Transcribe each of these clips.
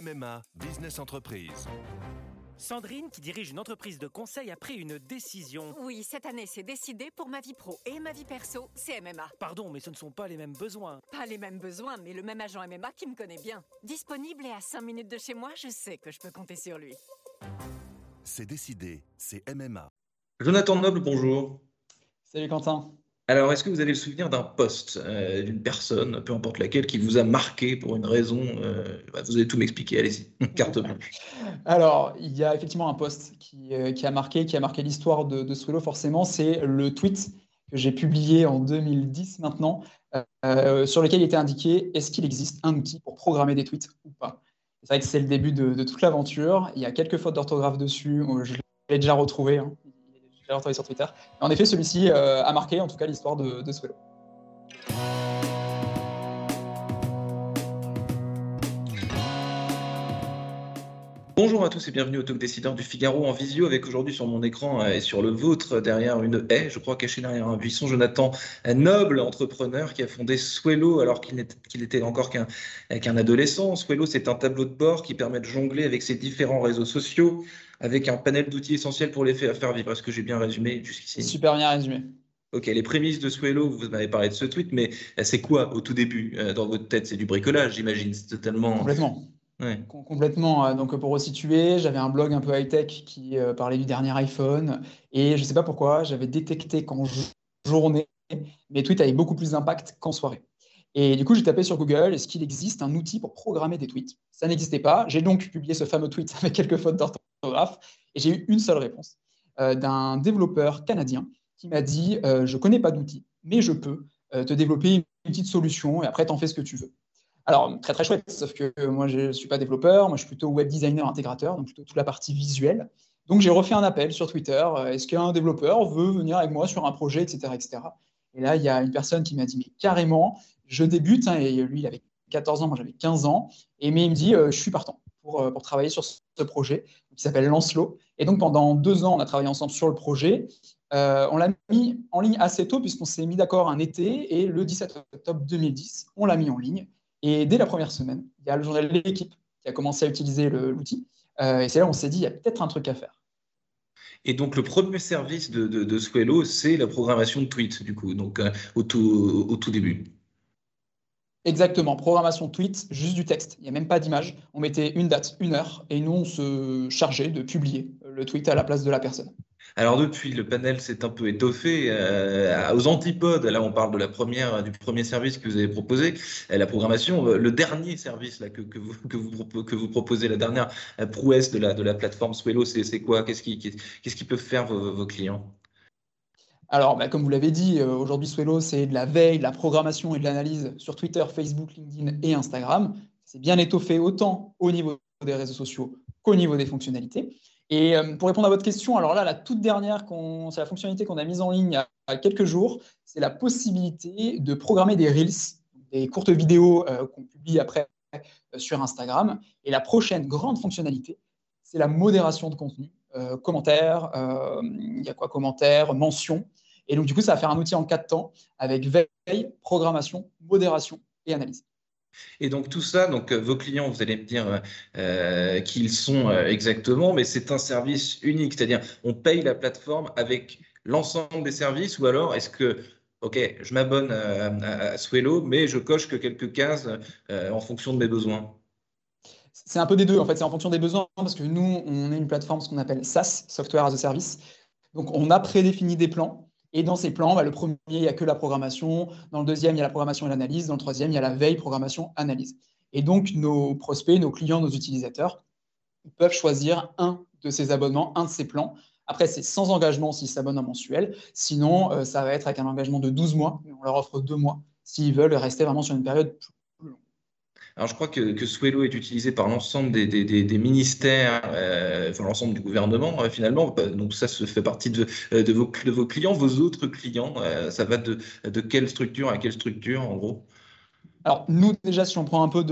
MMA Business Entreprise. Sandrine, qui dirige une entreprise de conseil, a pris une décision. Oui, cette année, c'est décidé pour ma vie pro et ma vie perso, c'est MMA. Pardon, mais ce ne sont pas les mêmes besoins. Pas les mêmes besoins, mais le même agent MMA qui me connaît bien. Disponible et à 5 minutes de chez moi, je sais que je peux compter sur lui. C'est décidé, c'est MMA. Jonathan Noble, bonjour. Salut Quentin. Alors, est-ce que vous avez le souvenir d'un post d'une personne, peu importe laquelle, qui vous a marqué pour une raison vous allez tout m'expliquer, allez-y, carte blanche. Alors, il y a effectivement un post qui a marqué l'histoire de Swello, forcément, c'est le tweet que j'ai publié en 2010 maintenant, sur lequel il était indiqué, est-ce qu'il existe un outil pour programmer des tweets ou pas? C'est vrai que c'est le début de toute l'aventure, il y a quelques fautes d'orthographe dessus, je l'ai déjà retrouvé, hein. J'ai retrouvé sur Twitter. Et en effet, celui-ci a marqué en tout cas l'histoire de Swello. Bonjour à tous et bienvenue au Talk Décideur du Figaro en visio, avec aujourd'hui sur mon écran et sur le vôtre, derrière une haie, je crois caché derrière un buisson, Jonathan Noble, entrepreneur qui a fondé Swello alors qu'il était encore qu'un adolescent. Swello, c'est un tableau de bord qui permet de jongler avec ses différents réseaux sociaux, avec un panel d'outils essentiels pour les faire vivre. Est-ce que j'ai bien résumé jusqu'ici? Super bien résumé. Ok, les prémices de Swello, vous m'avez parlé de ce tweet, mais c'est quoi au tout début dans votre tête? C'est du bricolage, j'imagine. C'est totalement... Complètement. Ouais. Complètement. Donc, pour resituer, j'avais un blog un peu high-tech qui parlait du dernier iPhone. Et je ne sais pas pourquoi, j'avais détecté qu'en journée, mes tweets avaient beaucoup plus d'impact qu'en soirée. Et du coup, j'ai tapé sur Google, est-ce qu'il existe un outil pour programmer des tweets? Ça n'existait pas. J'ai donc publié ce fameux tweet avec quelques fautes d'orthographe. Et j'ai eu une seule réponse d'un développeur canadien qui m'a dit je ne connais pas d'outil, mais je peux te développer une petite solution et après, tu en fais ce que tu veux. Alors, très très chouette, sauf que moi, je ne suis pas développeur, moi, je suis plutôt web designer intégrateur, donc plutôt toute la partie visuelle. Donc, j'ai refait un appel sur Twitter, est-ce qu'un développeur veut venir avec moi sur un projet, etc., etc. Et là, il y a une personne qui m'a dit, mais carrément, je débute, hein, et lui, il avait 14 ans, moi, j'avais 15 ans, mais il me dit, je suis partant pour travailler sur ce projet qui s'appelle Lancelot. Et donc, pendant 2 ans, on a travaillé ensemble sur le projet. On l'a mis en ligne assez tôt, puisqu'on s'est mis d'accord un été, et le 17 octobre 2010, on l'a mis en ligne. Et dès la première semaine, il y a le journal de l'équipe qui a commencé à utiliser l'outil. Et c'est là où on s'est dit, il y a peut-être un truc à faire. Et donc, le premier service de Swello, c'est la programmation de tweets, du coup, donc au tout début. Exactement, programmation de tweet, juste du texte. Il n'y a même pas d'image. On mettait une date, une heure, et nous, on se chargeait de publier le tweet à la place de la personne. Alors depuis, le panel s'est un peu étoffé aux antipodes. Là, on parle de du premier service que vous avez proposé, la programmation. Le dernier service là, que vous proposez, la dernière prouesse de la plateforme Swello, c'est quoi? Qu'est-ce qui peuvent faire vos clients? Alors, comme vous l'avez dit, aujourd'hui, Swello, c'est de la veille, de la programmation et de l'analyse sur Twitter, Facebook, LinkedIn et Instagram. C'est bien étoffé autant au niveau des réseaux sociaux qu'au niveau des fonctionnalités. Et pour répondre à votre question, alors là, la toute dernière, c'est la fonctionnalité qu'on a mise en ligne il y a quelques jours, c'est la possibilité de programmer des Reels, des courtes vidéos qu'on publie après sur Instagram. Et la prochaine grande fonctionnalité, c'est la modération de contenu, commentaires, il y a quoi, commentaires, mentions. Et donc, du coup, ça va faire un outil en 4 temps avec veille, programmation, modération et analyse. Et donc tout ça, donc vos clients, vous allez me dire qui ils sont exactement, mais c'est un service unique, c'est-à-dire on paye la plateforme avec l'ensemble des services, ou alors est-ce que, ok, je m'abonne à Swello, mais je coche que quelques cases en fonction de mes besoins? C'est un peu des deux, en fait, c'est en fonction des besoins, parce que nous, on est une plateforme, ce qu'on appelle SaaS, Software as a Service. Donc, on a prédéfini des plans. Et dans ces plans, le premier, il n'y a que la programmation. Dans le deuxième, il y a la programmation et l'analyse. Dans le troisième, il y a la veille, programmation, analyse. Et donc, nos prospects, nos clients, nos utilisateurs, ils peuvent choisir un de ces abonnements, un de ces plans. Après, c'est sans engagement s'ils s'abonnent en mensuel. Sinon, ça va être avec un engagement de 12 mois. Mais on leur offre 2 mois s'ils veulent rester vraiment sur une période plus longue. Alors, je crois que Swello est utilisé par l'ensemble des ministères, enfin l'ensemble du gouvernement finalement. Donc ça fait partie de vos clients, vos autres clients. Ça va de quelle structure à quelle structure en gros? Alors, nous, déjà, si on prend un peu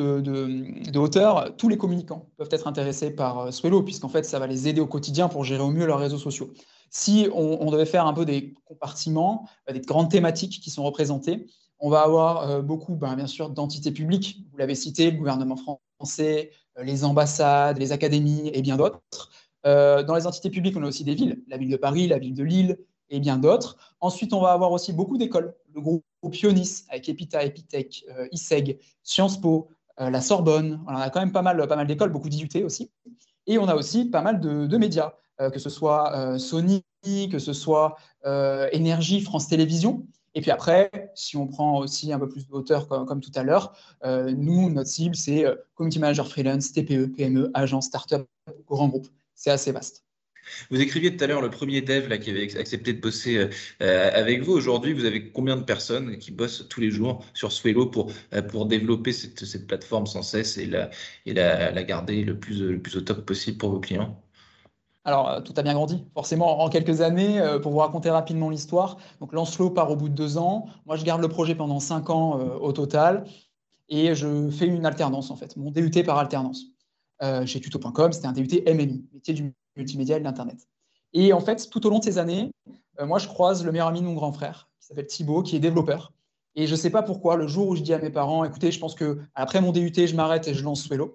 de hauteur, tous les communicants peuvent être intéressés par Swello, puisqu'en fait, ça va les aider au quotidien pour gérer au mieux leurs réseaux sociaux. Si on devait faire un peu des compartiments, des grandes thématiques qui sont représentées, on va avoir beaucoup, bien sûr, d'entités publiques. Vous l'avez cité, le gouvernement français, les ambassades, les académies et bien d'autres. Dans les entités publiques, on a aussi des villes, la ville de Paris, la ville de Lille et bien d'autres. Ensuite, on va avoir aussi beaucoup d'écoles, le groupe Ionis avec Epita, Epitech, ISEG, Sciences Po, la Sorbonne. On a quand même pas mal d'écoles, beaucoup d'IUT aussi. Et on a aussi pas mal de médias, que ce soit Sony, que ce soit Énergie, France Télévisions. Et puis après, si on prend aussi un peu plus de hauteur comme tout à l'heure, nous, notre cible, c'est community manager freelance, TPE, PME, agence, start-up, grand groupe. C'est assez vaste. Vous écriviez tout à l'heure le premier dev là, qui avait accepté de bosser avec vous. Aujourd'hui, vous avez combien de personnes qui bossent tous les jours sur Swelo pour développer cette plateforme sans cesse et la garder le plus au top possible pour vos clients? Alors, tout a bien grandi, forcément, en quelques années. Pour vous raconter rapidement l'histoire, donc Lancelot part au bout de 2 ans. Moi, je garde le projet pendant 5 ans au total et je fais une alternance, en fait, mon DUT par alternance. Chez tuto.com, c'était un DUT MMI, métier du multimédia et de l'Internet. Et en fait, tout au long de ces années, moi, je croise le meilleur ami de mon grand frère, qui s'appelle Thibaut, qui est développeur. Et je ne sais pas pourquoi, le jour où je dis à mes parents, écoutez, je pense qu'après mon DUT, je m'arrête et je lance Swelo,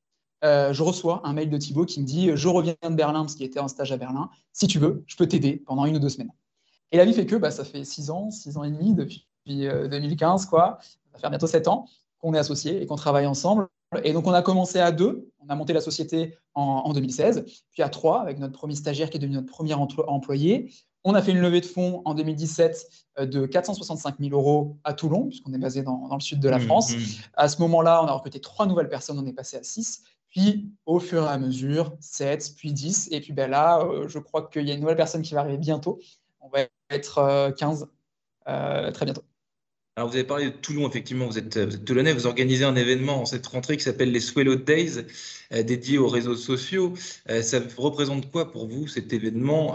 je reçois un mail de Thibaut qui me dit je reviens de Berlin parce qu'il était en stage à Berlin. Si tu veux, je peux t'aider pendant 1 ou 2 semaines. Et la vie fait que ça fait 6 ans et demi depuis 2015, quoi. Ça va faire bientôt 7 ans qu'on est associés et qu'on travaille ensemble. Et donc, on a commencé à 2. On a monté la société en 2016, puis à 3 avec notre premier stagiaire qui est devenu notre premier employé. On a fait une levée de fonds en 2017 de 465 000 € à Toulon, puisqu'on est basé dans le sud de la France. À ce moment-là, on a recruté 3 nouvelles personnes, on est passé à 6. Puis, au fur et à mesure, 7, puis 10. Et puis là, je crois qu'il y a une nouvelle personne qui va arriver bientôt. On va être 15 très bientôt. Alors, vous avez parlé de Toulon, effectivement, vous êtes Toulonnais, vous organisez un événement en cette rentrée qui s'appelle les Swelo Days, dédié aux réseaux sociaux. Ça représente quoi pour vous, cet événement?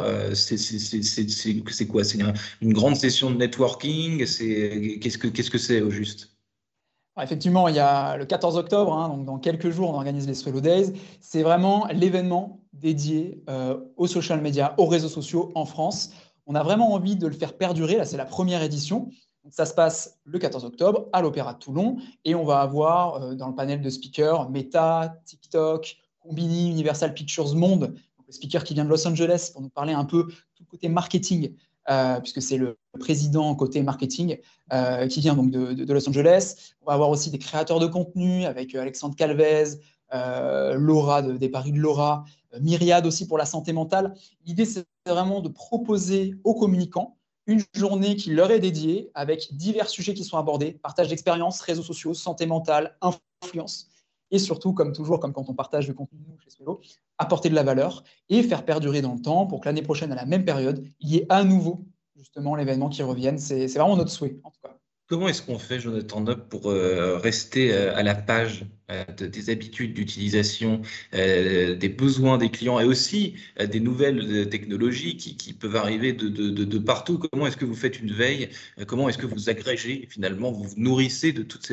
C'est quoi? C'est une grande session de networking? Qu'est-ce que c'est au juste? Alors, effectivement, il y a le 14 octobre, hein, donc dans quelques jours, on organise les Swelo Days. C'est vraiment l'événement dédié aux social media, aux réseaux sociaux en France. On a vraiment envie de le faire perdurer. Là, c'est la première édition. Donc, ça se passe le 14 octobre à l'Opéra de Toulon et on va avoir dans le panel de speakers Meta, TikTok, Combini, Universal Pictures Monde, donc le speaker qui vient de Los Angeles pour nous parler un peu tout le côté marketing, puisque c'est le président côté marketing qui vient donc de Los Angeles. On va avoir aussi des créateurs de contenu avec Alexandre Calvez, Laura des Paris de Laura, Myriad aussi pour la santé mentale. L'idée, c'est vraiment de proposer aux communicants une journée qui leur est dédiée avec divers sujets qui sont abordés, partage d'expériences, réseaux sociaux, santé mentale, influence. Et surtout, comme toujours, comme quand on partage le contenu chez Swelo, apporter de la valeur et faire perdurer dans le temps pour que l'année prochaine, à la même période, il y ait à nouveau justement l'événement qui revienne. C'est vraiment notre souhait, en tout cas. Comment est-ce qu'on fait, Jonathan Nob, pour rester à la page des habitudes d'utilisation, des besoins des clients et aussi des nouvelles technologies qui peuvent arriver de partout? Comment est-ce que vous faites une veille? Comment est-ce que vous agrégez, finalement, vous vous nourrissez de toutes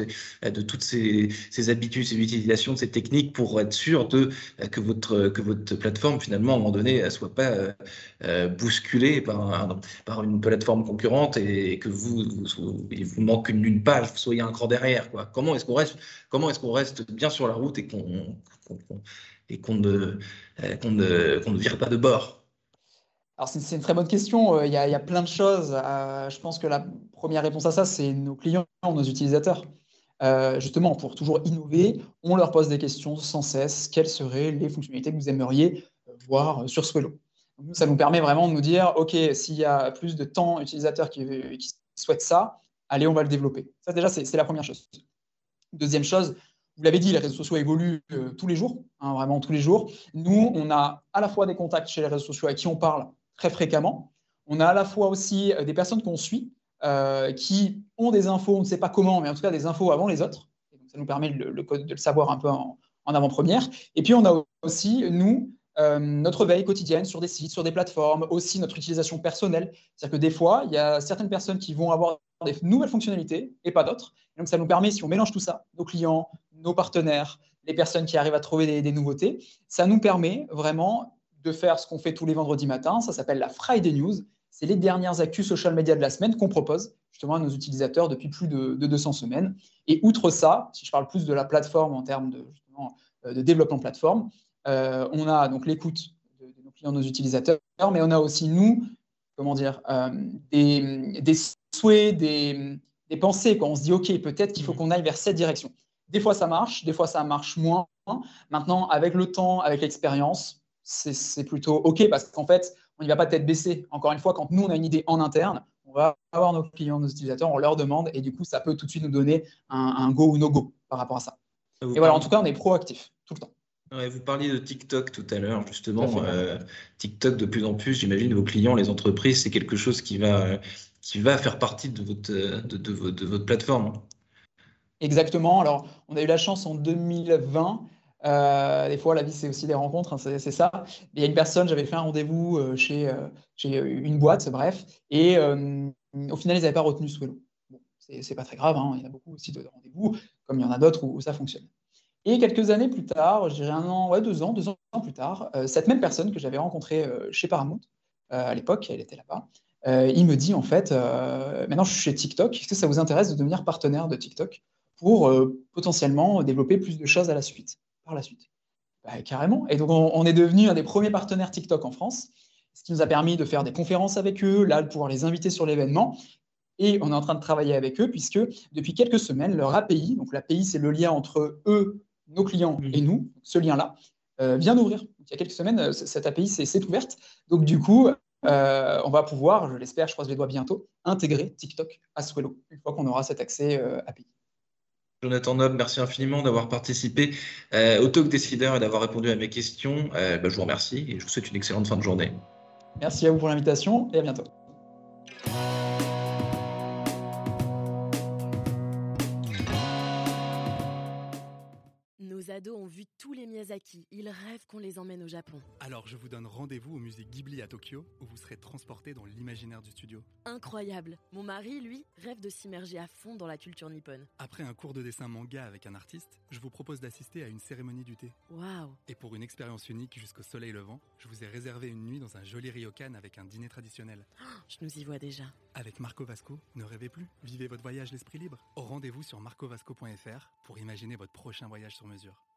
ces habitudes, ces utilisations, ces techniques pour être sûr que votre plateforme, finalement, à un moment donné, ne soit pas bousculée par une plateforme concurrente et que il vous manque une page, vous soyez un cran derrière, quoi. Comment est-ce qu'on reste bien sur la route et qu'on ne vire pas de bord? Alors, c'est une très bonne question. Il y a plein de choses. Je pense que la première réponse à ça, c'est nos clients, nos utilisateurs. Justement, pour toujours innover, on leur pose des questions sans cesse. Quelles seraient les fonctionnalités que vous aimeriez voir sur Swelo? Donc, ça nous permet vraiment de nous dire, OK, s'il y a plus de temps utilisateurs qui souhaitent ça, allez, on va le développer. Ça, déjà, c'est la première chose. Deuxième chose, vous l'avez dit, les réseaux sociaux évoluent tous les jours, hein, vraiment tous les jours. Nous, on a à la fois des contacts chez les réseaux sociaux à qui on parle très fréquemment. On a à la fois aussi des personnes qu'on suit qui ont des infos, on ne sait pas comment, mais en tout cas des infos avant les autres. Et donc, ça nous permet de le savoir un peu en avant-première. Et puis, on a aussi, nous, notre veille quotidienne sur des sites, sur des plateformes, aussi notre utilisation personnelle. C'est-à-dire que des fois, il y a certaines personnes qui vont avoir des nouvelles fonctionnalités et pas d'autres. Et donc, ça nous permet, si on mélange tout ça, nos clients, nos partenaires, les personnes qui arrivent à trouver des nouveautés, ça nous permet vraiment de faire ce qu'on fait tous les vendredis matins. Ça s'appelle la Friday News. C'est les dernières actus social media de la semaine qu'on propose justement à nos utilisateurs depuis plus de 200 semaines. Et outre ça, si je parle plus de la plateforme en termes de justement de développement de plateforme. On a donc l'écoute de nos clients, de nos utilisateurs, mais on a aussi, nous, des souhaits, des pensées. Quand on se dit, OK, peut-être qu'il faut qu'on aille vers cette direction. Des fois, ça marche, des fois, ça marche moins. Maintenant, avec le temps, avec l'expérience, c'est plutôt OK parce qu'en fait, on n'y va pas tête baissée. Encore une fois, quand nous, on a une idée en interne, on va avoir nos clients, nos utilisateurs, on leur demande et du coup, ça peut tout de suite nous donner un go ou no go par rapport à ça. Et voilà, en tout cas, on est proactif tout le temps. Ouais, vous parliez de TikTok tout à l'heure, justement. TikTok, de plus en plus, j'imagine, vos clients, les entreprises, c'est quelque chose qui va faire partie de votre plateforme. Exactement. Alors, on a eu la chance en 2020. Des fois, la vie, c'est aussi des rencontres, hein, c'est ça. Il y a une personne, j'avais fait un rendez-vous chez une boîte, bref, et au final, ils n'avaient pas retenu Swello. Bon, c'est pas très grave, hein, il y en a beaucoup aussi de rendez-vous, comme il y en a d'autres où ça fonctionne. Et quelques années plus tard, je dirais 1 an, ouais, 2 ans plus tard, cette même personne que j'avais rencontrée chez Paramount, à l'époque, elle était là-bas, il me dit en fait, maintenant je suis chez TikTok, est-ce que ça vous intéresse de devenir partenaire de TikTok pour potentiellement développer plus de choses par la suite? Bah, carrément. Et donc on est devenu un des premiers partenaires TikTok en France, ce qui nous a permis de faire des conférences avec eux, là, de pouvoir les inviter sur l'événement. Et on est en train de travailler avec eux puisque depuis quelques semaines, leur API, donc l'API c'est le lien entre eux, nos clients et nous, ce lien-là, vient d'ouvrir. Il y a quelques semaines, cette API s'est ouverte. Donc du coup, on va pouvoir, je l'espère, je croise les doigts bientôt, intégrer TikTok à Swello, une fois qu'on aura cet accès API. Jonathan Noble, merci infiniment d'avoir participé au Talk Décideur et d'avoir répondu à mes questions. Je vous remercie et je vous souhaite une excellente fin de journée. Merci à vous pour l'invitation et à bientôt. Nos ados ont vu tous les Miyazaki. Ils rêvent qu'on les emmène au Japon. Alors je vous donne rendez-vous au musée Ghibli à Tokyo, où vous serez transportés dans l'imaginaire du studio. Incroyable. Mon mari, lui, rêve de s'immerger à fond dans la culture nippone. Après un cours de dessin manga avec un artiste, je vous propose d'assister à une cérémonie du thé. Waouh. Et pour une expérience unique jusqu'au soleil levant, je vous ai réservé une nuit dans un joli ryokan avec un dîner traditionnel. Je nous y vois déjà. Avec Marco Vasco, ne rêvez plus, vivez votre voyage l'esprit libre. Au rendez-vous sur marcovasco.fr pour imaginer votre prochain voyage sur mesure.